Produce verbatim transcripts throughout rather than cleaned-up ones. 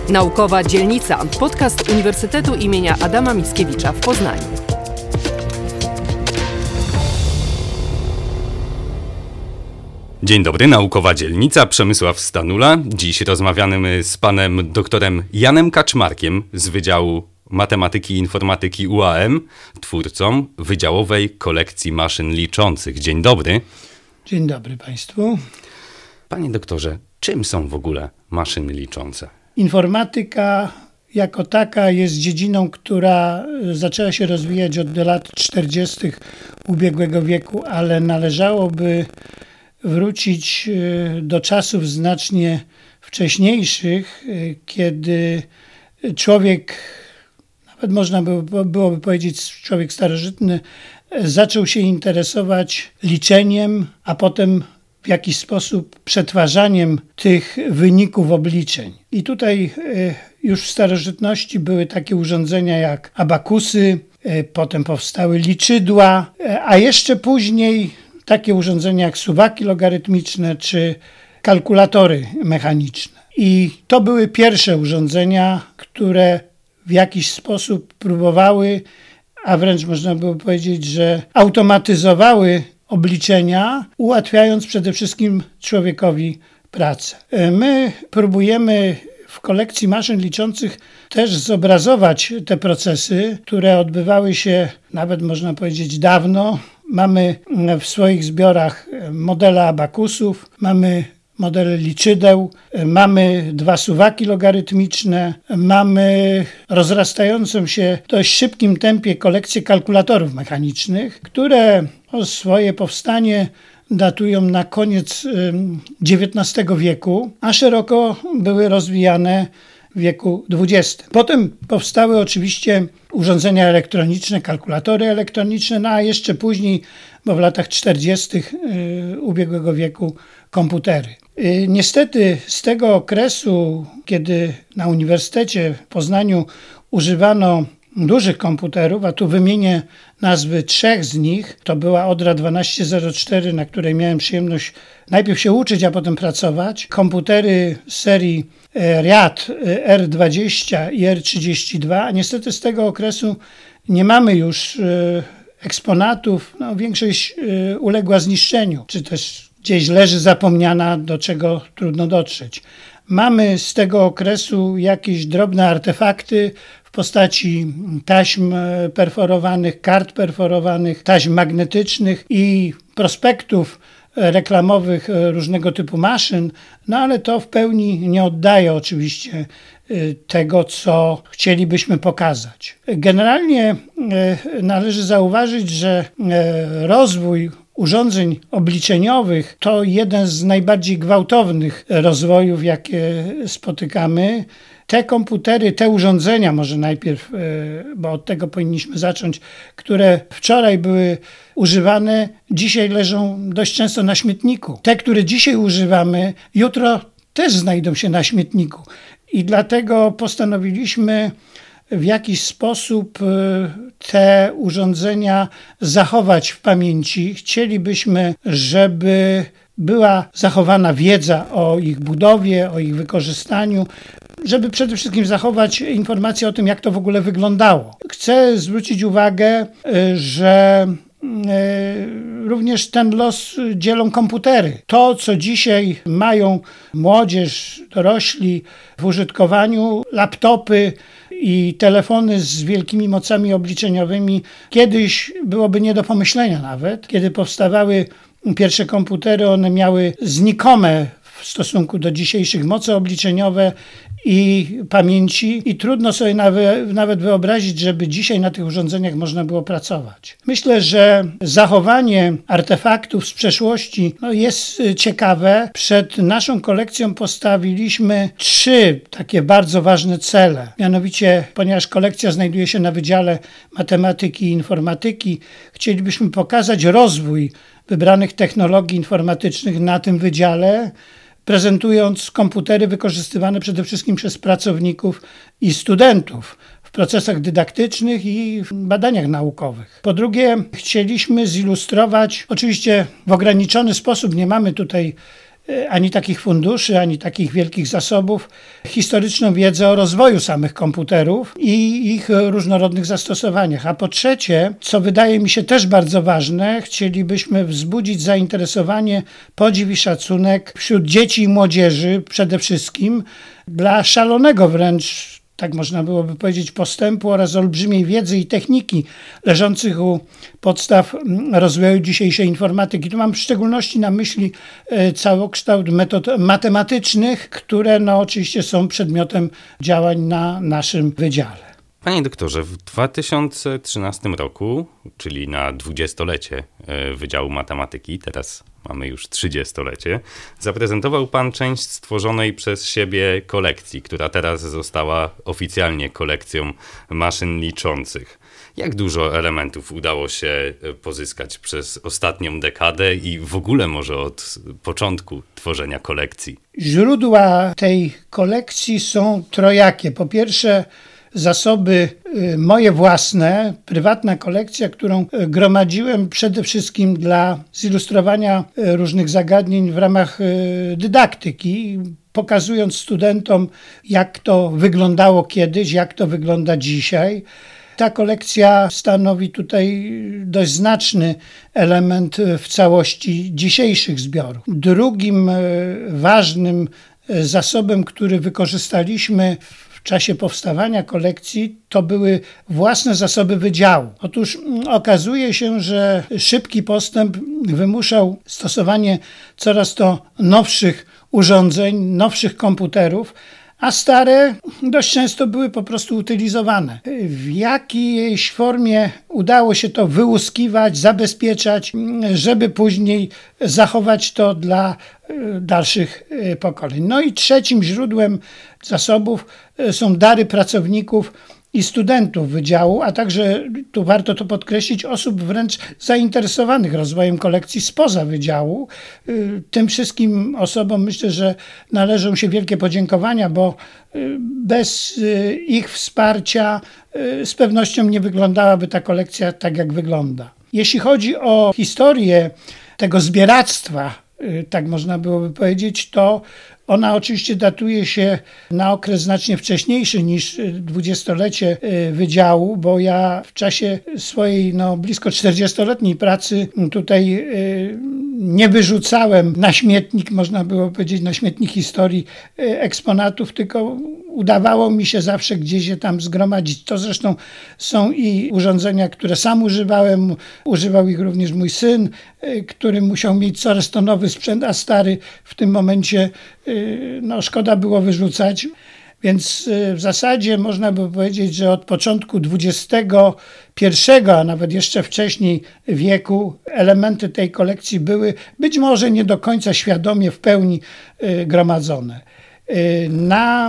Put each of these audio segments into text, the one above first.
Naukowa Dzielnica. Podcast Uniwersytetu imienia Adama Mickiewicza w Poznaniu. Dzień dobry, Naukowa Dzielnica, Przemysław Stanula. Dziś rozmawiamy z panem doktorem Janem Kaczmarkiem z Wydziału Matematyki i Informatyki U A M, twórcą Wydziałowej Kolekcji Maszyn Liczących. Dzień dobry. Dzień dobry Państwu. Panie doktorze, czym są w ogóle maszyny liczące? Informatyka jako taka jest dziedziną, która zaczęła się rozwijać od lat czterdziestych ubiegłego wieku, ale należałoby wrócić do czasów znacznie wcześniejszych, kiedy człowiek, nawet można by, byłoby powiedzieć człowiek starożytny, zaczął się interesować liczeniem, a potem w jakiś sposób przetwarzaniem tych wyników obliczeń. I tutaj już w starożytności były takie urządzenia jak abakusy, potem powstały liczydła, a jeszcze później takie urządzenia jak suwaki logarytmiczne czy kalkulatory mechaniczne. I to były pierwsze urządzenia, które w jakiś sposób próbowały, a wręcz można było powiedzieć, że automatyzowały obliczenia, ułatwiając przede wszystkim człowiekowi pracę. My próbujemy w kolekcji maszyn liczących też zobrazować te procesy, które odbywały się nawet można powiedzieć dawno. Mamy w swoich zbiorach modele abakusów, mamy modele liczydeł, mamy dwa suwaki logarytmiczne, mamy rozrastającą się w dość szybkim tempie kolekcję kalkulatorów mechanicznych, które swoje powstanie datują na koniec dziewiętnastego wieku, a szeroko były rozwijane w wieku dwudziestym. Potem powstały oczywiście urządzenia elektroniczne, kalkulatory elektroniczne, no a jeszcze później, bo w latach czterdziestych ubiegłego wieku komputery. Niestety z tego okresu, kiedy na Uniwersytecie w Poznaniu używano dużych komputerów, a tu wymienię nazwy trzech z nich. To była Odra dwanaście zero cztery, na której miałem przyjemność najpierw się uczyć, a potem pracować. Komputery serii R I A D R dwadzieścia i R trzydzieści dwa, a niestety z tego okresu nie mamy już eksponatów. No, większość uległa zniszczeniu, czy też gdzieś leży zapomniana, do czego trudno dotrzeć. Mamy z tego okresu jakieś drobne artefakty w postaci taśm perforowanych, kart perforowanych, taśm magnetycznych i prospektów reklamowych różnego typu maszyn, no ale to w pełni nie oddaje oczywiście tego, co chcielibyśmy pokazać. Generalnie należy zauważyć, że rozwój urządzeń obliczeniowych to jeden z najbardziej gwałtownych rozwojów, jakie spotykamy. Te komputery, te urządzenia, może najpierw, bo od tego powinniśmy zacząć, które wczoraj były używane, dzisiaj leżą dość często na śmietniku. Te, które dzisiaj używamy, jutro też znajdą się na śmietniku. I dlatego postanowiliśmy w jakiś sposób te urządzenia zachować w pamięci. Chcielibyśmy, żeby była zachowana wiedza o ich budowie, o ich wykorzystaniu, żeby przede wszystkim zachować informacje o tym, jak to w ogóle wyglądało. Chcę zwrócić uwagę, że również ten los dzielą komputery. To, co dzisiaj mają młodzież, dorośli w użytkowaniu, laptopy i telefony z wielkimi mocami obliczeniowymi, kiedyś byłoby nie do pomyślenia nawet. Kiedy powstawały pierwsze komputery, one miały znikome w stosunku do dzisiejszych mocy obliczeniowe i pamięci i trudno sobie nawet, nawet wyobrazić, żeby dzisiaj na tych urządzeniach można było pracować. Myślę, że zachowanie artefaktów z przeszłości no, jest ciekawe. Przed naszą kolekcją postawiliśmy trzy takie bardzo ważne cele. Mianowicie, ponieważ kolekcja znajduje się na Wydziale Matematyki i Informatyki, chcielibyśmy pokazać rozwój wybranych technologii informatycznych na tym wydziale, prezentując komputery wykorzystywane przede wszystkim przez pracowników i studentów w procesach dydaktycznych i w badaniach naukowych. Po drugie, chcieliśmy zilustrować, oczywiście w ograniczony sposób, nie mamy tutaj ani takich funduszy, ani takich wielkich zasobów, historyczną wiedzę o rozwoju samych komputerów i ich różnorodnych zastosowaniach. A po trzecie, co wydaje mi się też bardzo ważne, chcielibyśmy wzbudzić zainteresowanie, podziw i szacunek wśród dzieci i młodzieży przede wszystkim dla szalonego wręcz, tak można byłoby powiedzieć, postępu oraz olbrzymiej wiedzy i techniki leżących u podstaw rozwoju dzisiejszej informatyki. Tu mam w szczególności na myśli całokształt metod matematycznych, które no oczywiście są przedmiotem działań na naszym wydziale. Panie doktorze, w dwa tysiące trzynastym roku, czyli na dwudziestolecie Wydziału Matematyki, teraz mamy już trzydziestolecie, zaprezentował pan część stworzonej przez siebie kolekcji, która teraz została oficjalnie kolekcją maszyn liczących. Jak dużo elementów udało się pozyskać przez ostatnią dekadę i w ogóle może od początku tworzenia kolekcji? Źródła tej kolekcji są trojakie. Po pierwsze, zasoby moje własne, prywatna kolekcja, którą gromadziłem przede wszystkim dla zilustrowania różnych zagadnień w ramach dydaktyki, pokazując studentom, jak to wyglądało kiedyś, jak to wygląda dzisiaj. Ta kolekcja stanowi tutaj dość znaczny element w całości dzisiejszych zbiorów. Drugim ważnym zasobem, który wykorzystaliśmy w czasie powstawania kolekcji, to były własne zasoby wydziału. Otóż okazuje się, że szybki postęp wymuszał stosowanie coraz to nowszych urządzeń, nowszych komputerów, a stare dość często były po prostu utylizowane. W jakiejś formie udało się to wyłuskiwać, zabezpieczać, żeby później zachować to dla dalszych pokoleń. No i trzecim źródłem zasobów są dary pracowników i studentów wydziału, a także, tu warto to podkreślić, osób wręcz zainteresowanych rozwojem kolekcji spoza wydziału. Tym wszystkim osobom myślę, że należą się wielkie podziękowania, bo bez ich wsparcia z pewnością nie wyglądałaby ta kolekcja tak, jak wygląda. Jeśli chodzi o historię tego zbieractwa, tak można byłoby powiedzieć, to ona oczywiście datuje się na okres znacznie wcześniejszy niż dwudziestolecie wydziału, bo ja w czasie swojej no, blisko czterdziestoletniej pracy tutaj nie wyrzucałem na śmietnik, można było powiedzieć, na śmietnik historii eksponatów, tylko udawało mi się zawsze gdzieś je tam zgromadzić. To zresztą są i urządzenia, które sam używałem. Używał ich również mój syn, który musiał mieć coraz to nowy sprzęt, a stary w tym momencie no, szkoda było wyrzucać. Więc w zasadzie można by powiedzieć, że od początku dwudziestego pierwszego, a nawet jeszcze wcześniej wieku elementy tej kolekcji były być może nie do końca świadomie w pełni gromadzone. Na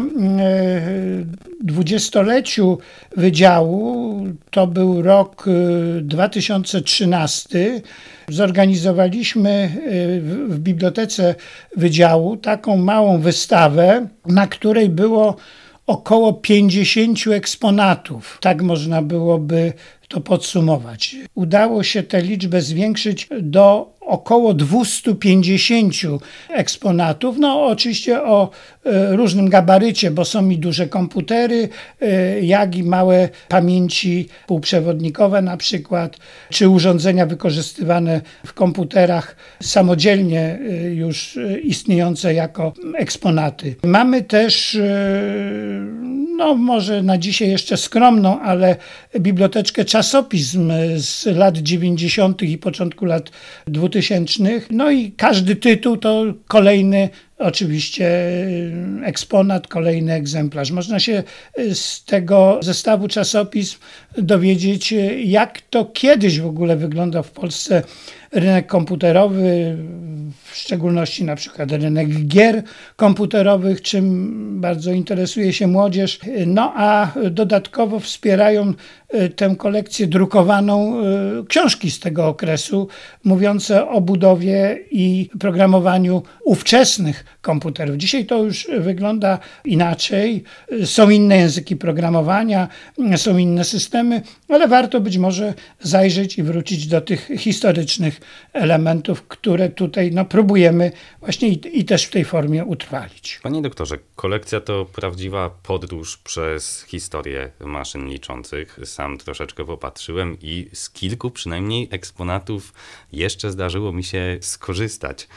dwudziestoleciu wydziału, to był rok dwa tysiące trzynasty, zorganizowaliśmy w bibliotece wydziału taką małą wystawę, na której było około pięćdziesięciu eksponatów. Tak można byłoby to podsumować. Udało się tę liczbę zwiększyć do około dwieście pięćdziesiąt eksponatów. No oczywiście o e, różnym gabarycie, bo są i duże komputery, e, jak i małe pamięci półprzewodnikowe na przykład, czy urządzenia wykorzystywane w komputerach samodzielnie e, już istniejące jako eksponaty. Mamy też e, no może na dzisiaj jeszcze skromną, ale biblioteczkę czasopism z lat dziewięćdziesiątych i początku lat dwutysięcznych. No i każdy tytuł to kolejny oczywiście eksponat, kolejny egzemplarz. Można się z tego zestawu czasopism dowiedzieć, jak to kiedyś w ogóle wyglądał w Polsce rynek komputerowy, w szczególności na przykład rynek gier komputerowych, czym bardzo interesuje się młodzież. No a dodatkowo wspierają tę kolekcję drukowaną książki z tego okresu, mówiące o budowie i programowaniu ówczesnych komputerów. Dzisiaj to już wygląda inaczej. Są inne języki programowania, są inne systemy, ale warto być może zajrzeć i wrócić do tych historycznych elementów, które tutaj no, próbujemy właśnie i, i też w tej formie utrwalić. Panie doktorze, kolekcja to prawdziwa podróż przez historię maszyn liczących. Sam troszeczkę popatrzyłem i z kilku przynajmniej eksponatów jeszcze zdarzyło mi się skorzystać.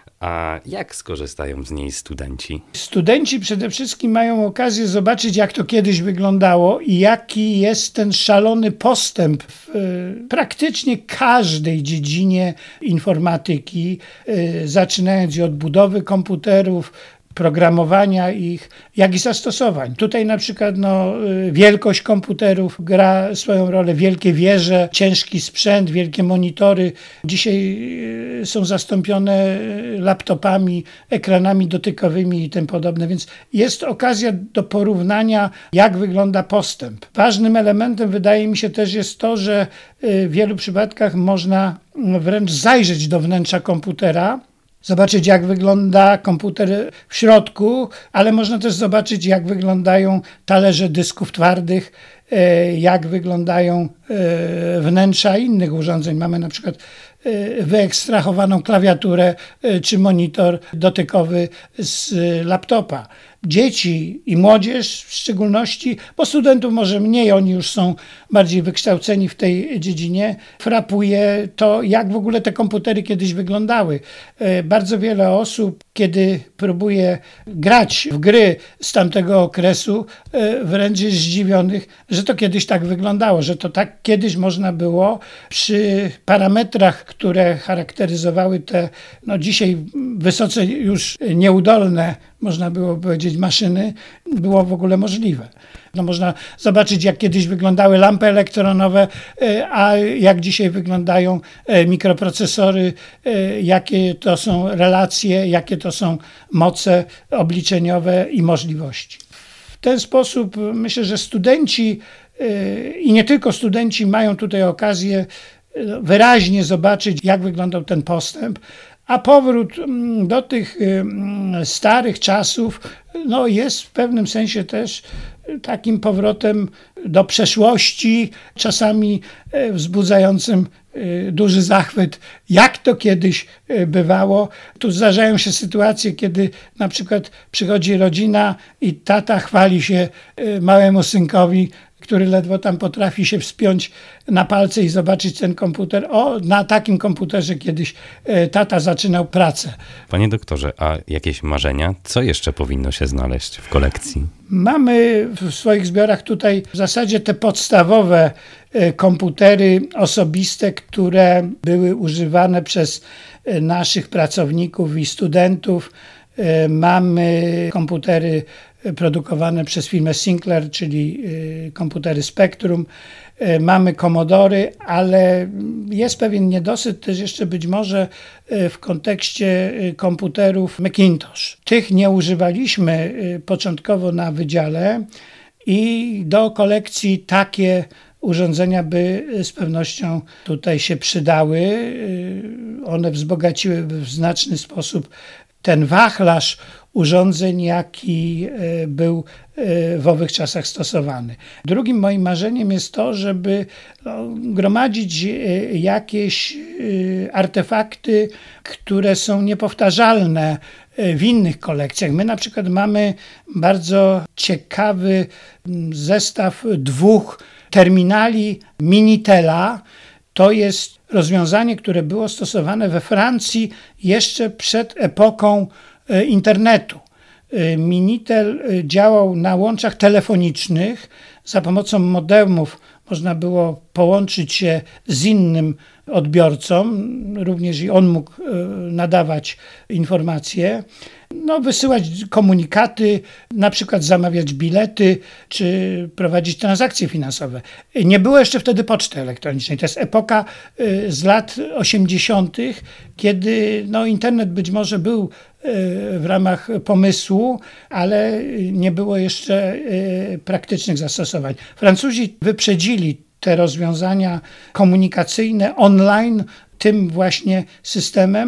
A jak skorzystają z niej studenci? Studenci przede wszystkim mają okazję zobaczyć, jak to kiedyś wyglądało i jaki jest ten szalony postęp w y, praktycznie każdej dziedzinie informatyki, y, zaczynając od budowy komputerów, programowania ich, jak i zastosowań. Tutaj na przykład no, wielkość komputerów gra swoją rolę, wielkie wieże, ciężki sprzęt, wielkie monitory. Dzisiaj są zastąpione laptopami, ekranami dotykowymi i tym podobne, więc jest okazja do porównania, jak wygląda postęp. Ważnym elementem wydaje mi się też jest to, że w wielu przypadkach można wręcz zajrzeć do wnętrza komputera, zobaczyć, jak wygląda komputer w środku, ale można też zobaczyć, jak wyglądają talerze dysków twardych, jak wyglądają wnętrza innych urządzeń. Mamy na przykład wyekstrahowaną klawiaturę czy monitor dotykowy z laptopa. Dzieci i młodzież w szczególności, bo studentów może mniej, oni już są bardziej wykształceni w tej dziedzinie, frapuje to, jak w ogóle te komputery kiedyś wyglądały. Bardzo wiele osób, kiedy próbuje grać w gry z tamtego okresu, wręcz jest zdziwionych, że to kiedyś tak wyglądało, że to tak kiedyś można było przy parametrach, które charakteryzowały te no dzisiaj wysoce już nieudolne, można było powiedzieć, maszyny, było w ogóle możliwe. No można zobaczyć, jak kiedyś wyglądały lampy elektronowe, a jak dzisiaj wyglądają mikroprocesory, jakie to są relacje, jakie to są moce obliczeniowe i możliwości. W ten sposób myślę, że studenci i nie tylko studenci mają tutaj okazję wyraźnie zobaczyć, jak wyglądał ten postęp, a powrót do tych starych czasów no jest w pewnym sensie też takim powrotem do przeszłości, czasami wzbudzającym duży zachwyt, jak to kiedyś bywało. Tu zdarzają się sytuacje, kiedy na przykład przychodzi rodzina i tata chwali się małemu synkowi, który ledwo tam potrafi się wspiąć na palce i zobaczyć ten komputer. O, na takim komputerze kiedyś tata zaczynał pracę. Panie doktorze, a jakieś marzenia? Co jeszcze powinno się znaleźć w kolekcji? Mamy w swoich zbiorach tutaj w zasadzie te podstawowe komputery osobiste, które były używane przez naszych pracowników i studentów. Mamy komputery produkowane przez firmę Sinclair, czyli komputery Spectrum. Mamy Commodory, ale jest pewien niedosyt też jeszcze być może w kontekście komputerów Macintosh. Tych nie używaliśmy początkowo na wydziale i do kolekcji takie urządzenia by z pewnością tutaj się przydały. One wzbogaciły w znaczny sposób ten wachlarz urządzeń, jaki był w owych czasach stosowany. Drugim moim marzeniem jest to, żeby gromadzić jakieś artefakty, które są niepowtarzalne w innych kolekcjach. My na przykład mamy bardzo ciekawy zestaw dwóch terminali Minitela. To jest rozwiązanie, które było stosowane we Francji jeszcze przed epoką internetu. Minitel działał na łączach telefonicznych. Za pomocą modemów można było połączyć się z innym odbiorcą, również i on mógł nadawać informacje, no, wysyłać komunikaty, na przykład zamawiać bilety, czy prowadzić transakcje finansowe. Nie było jeszcze wtedy poczty elektronicznej. To jest epoka z lat osiemdziesiątych, kiedy no, internet być może był w ramach pomysłu, ale nie było jeszcze praktycznych zastosowań. Francuzi wyprzedzili te rozwiązania komunikacyjne online tym właśnie systemem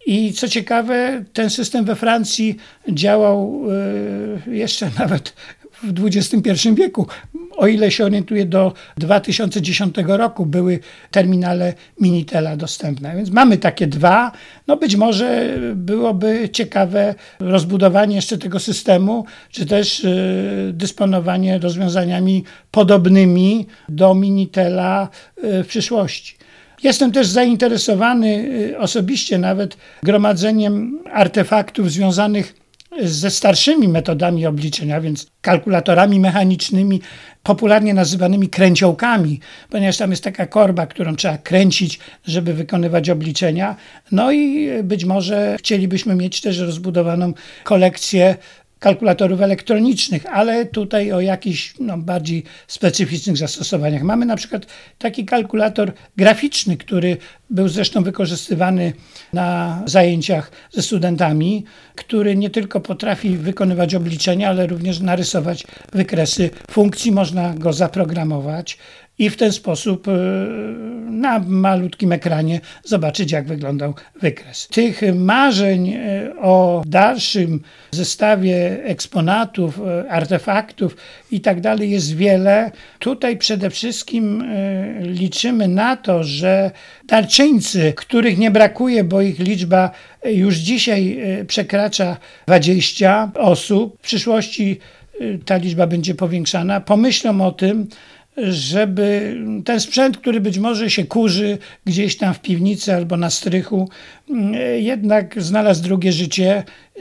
I co ciekawe, ten system we Francji działał jeszcze nawet w dwudziestym pierwszym wieku. O ile się orientuję, do dwa tysiące dziesiątego roku były terminale Minitela dostępne. Więc mamy takie dwa. No być może byłoby ciekawe rozbudowanie jeszcze tego systemu, czy też dysponowanie rozwiązaniami podobnymi do Minitela w przyszłości. Jestem też zainteresowany osobiście nawet gromadzeniem artefaktów związanych ze starszymi metodami obliczenia, więc kalkulatorami mechanicznymi, popularnie nazywanymi kręciołkami, ponieważ tam jest taka korba, którą trzeba kręcić, żeby wykonywać obliczenia. No i być może chcielibyśmy mieć też rozbudowaną kolekcję kalkulatorów elektronicznych, ale tutaj o jakichś no, bardziej specyficznych zastosowaniach. Mamy na przykład taki kalkulator graficzny, który był zresztą wykorzystywany na zajęciach ze studentami, który nie tylko potrafi wykonywać obliczenia, ale również narysować wykresy funkcji. Można go zaprogramować i w ten sposób na malutkim ekranie zobaczyć, jak wyglądał wykres. Tych marzeń o dalszym zestawie eksponatów, artefaktów i tak dalej jest wiele. Tutaj przede wszystkim liczymy na to, że darczyńcy, których nie brakuje, bo ich liczba już dzisiaj przekracza dwadzieścia osób, w przyszłości ta liczba będzie powiększana, pomyślą o tym, żeby ten sprzęt, który być może się kurzy gdzieś tam w piwnicy albo na strychu, jednak znalazł drugie życie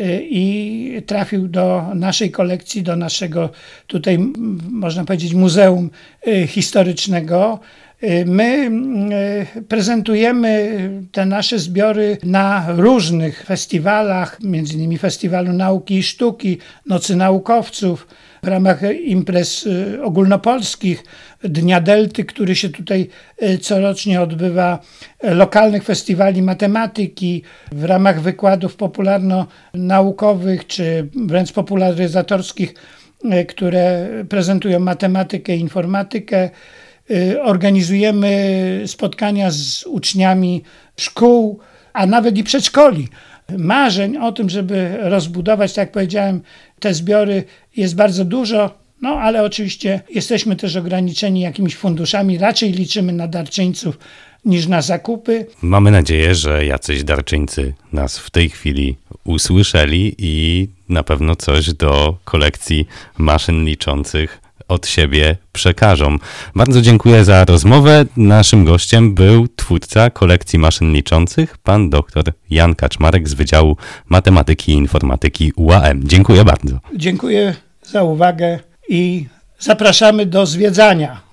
i trafił do naszej kolekcji, do naszego tutaj, można powiedzieć, muzeum historycznego. My prezentujemy te nasze zbiory na różnych festiwalach, między innymi Festiwalu Nauki i Sztuki, Nocy Naukowców, w ramach imprez ogólnopolskich, Dnia Delty, który się tutaj corocznie odbywa, lokalnych festiwali matematyki, w ramach wykładów popularno-naukowych czy wręcz popularyzatorskich, które prezentują matematykę i informatykę. Organizujemy spotkania z uczniami szkół, a nawet i przedszkoli. Marzeń o tym, żeby rozbudować, tak jak powiedziałem, te zbiory jest bardzo dużo, no ale oczywiście jesteśmy też ograniczeni jakimiś funduszami. Raczej liczymy na darczyńców niż na zakupy. Mamy nadzieję, że jacyś darczyńcy nas w tej chwili usłyszeli i na pewno coś do kolekcji maszyn liczących od siebie przekażą. Bardzo dziękuję za rozmowę. Naszym gościem był twórca kolekcji maszyn liczących, pan dr Jan Kaczmarek z Wydziału Matematyki i Informatyki U A M. Dziękuję bardzo. Dziękuję za uwagę i zapraszamy do zwiedzania.